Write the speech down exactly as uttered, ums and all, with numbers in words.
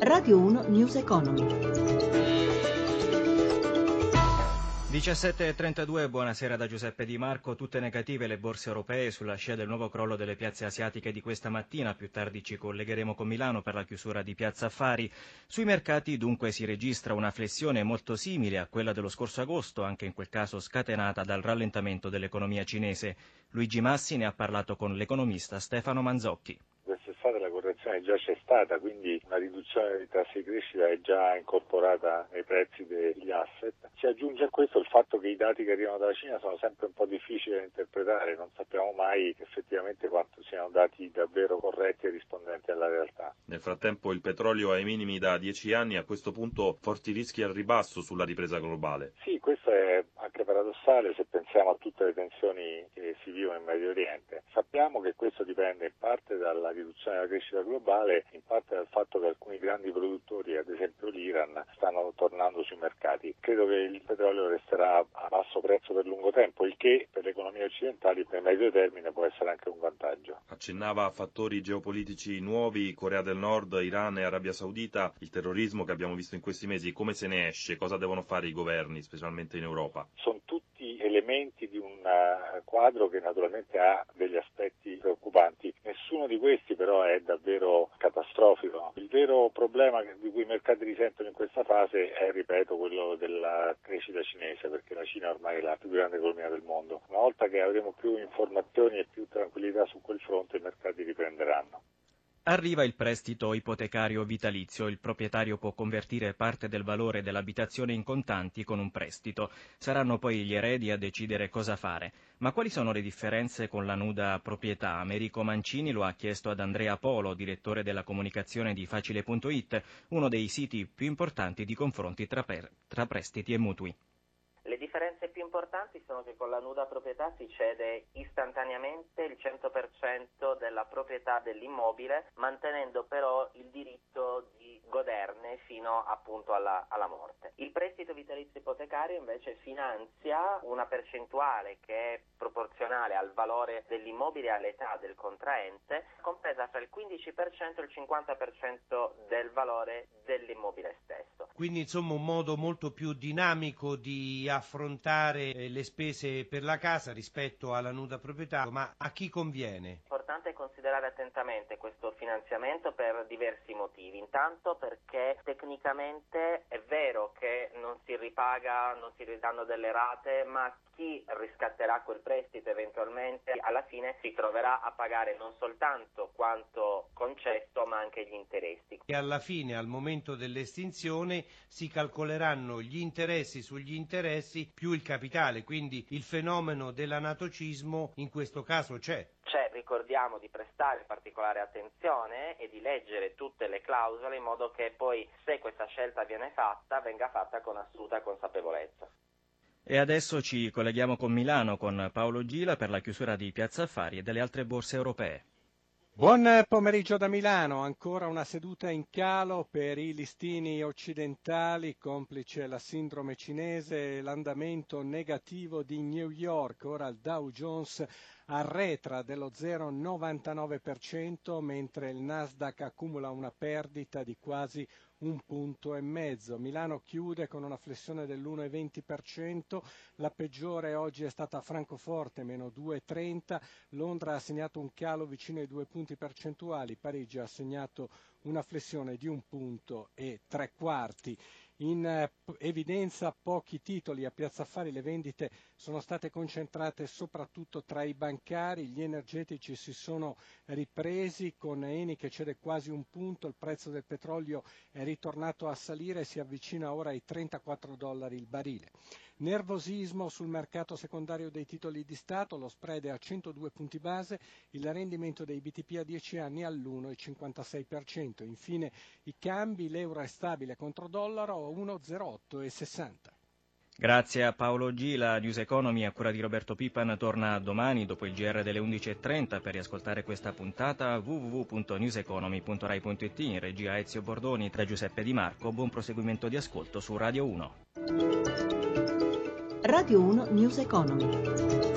Radio uno News Economy. diciassette e trentadue, buonasera da Giuseppe Di Marco. Tutte negative le borse europee sulla scia del nuovo crollo delle piazze asiatiche di questa mattina. Più tardi ci collegheremo con Milano per la chiusura di Piazza Affari. Sui mercati dunque si registra una flessione molto simile a quella dello scorso agosto, anche in quel caso scatenata dal rallentamento dell'economia cinese. Luigi Massi ne ha parlato con l'economista Stefano Manzocchi. Quest'estate la correzione già c'è stata, quindi una riduzione dei tassi di crescita è già incorporata nei prezzi degli asset. Si aggiunge a questo il fatto che i dati che arrivano dalla Cina sono sempre un po' difficili da interpretare, non sappiamo mai effettivamente quanto siano dati davvero corretti e rispondenti alla realtà. Nel frattempo il petrolio è ai minimi da dieci anni, a questo punto forti rischi al ribasso sulla ripresa globale. Sì, questo è anche paradossale se pensiamo a tutte le tensioni che si vivono in Medio Oriente. Sappiamo che questo dipende in parte dalla riduzione della crescita globale, in parte dal fatto che alcuni grandi produttori, ad esempio l'Iran, stanno tornando sui mercati. Credo che il petrolio resterà a basso prezzo per lungo tempo, il che per le economie occidentali per medio termine può essere anche un vantaggio. Accennava a fattori geopolitici nuovi, Corea del Nord, Iran e Arabia Saudita, il terrorismo che abbiamo visto in questi mesi, come se ne esce? Cosa devono fare i governi, specialmente in Europa? Sono tutti elementi di un quadro che naturalmente ha degli aspetti preoccupanti. Nessuno di questi però è davvero catastrofico. Il vero problema di cui i mercati risentono in questa fase è, ripeto, quello della crescita cinese, perché la Cina ormai è la più grande economia del mondo. Una volta che avremo più informazioni e più tranquillità su quel fronte, i mercati riprenderanno. Arriva il prestito ipotecario vitalizio. Il proprietario può convertire parte del valore dell'abitazione in contanti con un prestito. Saranno poi gli eredi a decidere cosa fare. Ma quali sono le differenze con la nuda proprietà? Americo Mancini lo ha chiesto ad Andrea Polo, direttore della comunicazione di Facile punto it, uno dei siti più importanti di confronti tra, per, tra prestiti e mutui. Le differenze più importanti sono che con la nuda proprietà si cede istantaneamente il cento per cento della proprietà dell'immobile, mantenendo però il diritto di goderne fino appunto alla, alla morte. Il prestito vitalizio ipotecario invece finanzia una percentuale che è proporzionale al valore dell'immobile e all'età del contraente, compresa fra il quindici per cento e il cinquanta per cento del valore dell'immobile stesso. Quindi insomma un modo molto più dinamico di affrontare le spese per la casa rispetto alla nuda proprietà, ma a chi conviene? È importante considerare attentamente questo finanziamento per diversi motivi. Intanto perché tecnicamente è vero che non si ripaga, non si ridanno delle rate, ma chi riscatterà quel prestito eventualmente alla fine si troverà a pagare non soltanto quanto concesso ma anche gli interessi. E alla fine, al momento dell'estinzione, si calcoleranno gli interessi sugli interessi più il capitale, quindi il fenomeno dell'anatocismo in questo caso c'è. C'è, ricordiamo di prestare particolare attenzione e di leggere tutte le clausole in modo che poi, se questa scelta viene fatta, venga fatta con assoluta consapevolezza. E adesso ci colleghiamo con Milano, con Paolo Gila per la chiusura di Piazza Affari e delle altre borse europee. Buon pomeriggio da Milano, ancora una seduta in calo per i listini occidentali, complice la sindrome cinese e l'andamento negativo di New York. Ora il Dow Jones arretra dello zero virgola novantanove per cento, mentre il Nasdaq accumula una perdita di quasi un punto e mezzo. Milano chiude con una flessione dell'uno virgola venti per cento, la peggiore oggi è stata Francoforte, meno due virgola trenta, Londra ha segnato un calo vicino ai due punti percentuali, Parigi ha segnato una flessione di un punto e tre quarti. In eh, evidenza pochi titoli, a Piazza Affari le vendite sono state concentrate soprattutto tra i bancari, gli energetici si sono ripresi con Eni che cede quasi un punto, il prezzo del petrolio è ritornato a salire e si avvicina ora ai trentaquattro dollari il barile. Nervosismo sul mercato secondario dei titoli di Stato, lo spread è a centodue punti base, il rendimento dei B T P a dieci anni all'uno virgola cinquantasei per cento. Infine i cambi, l'euro è stabile contro dollaro a uno virgola zero otto sessanta. Grazie a Paolo Gila. News Economy a cura di Roberto Pipan torna domani dopo il G R delle undici e trenta. Per riascoltare questa puntata w w w punto news economy punto rai punto it. In regia Ezio Bordoni, tra Giuseppe Di Marco. Buon proseguimento di ascolto su Radio uno. Radio uno News Economy.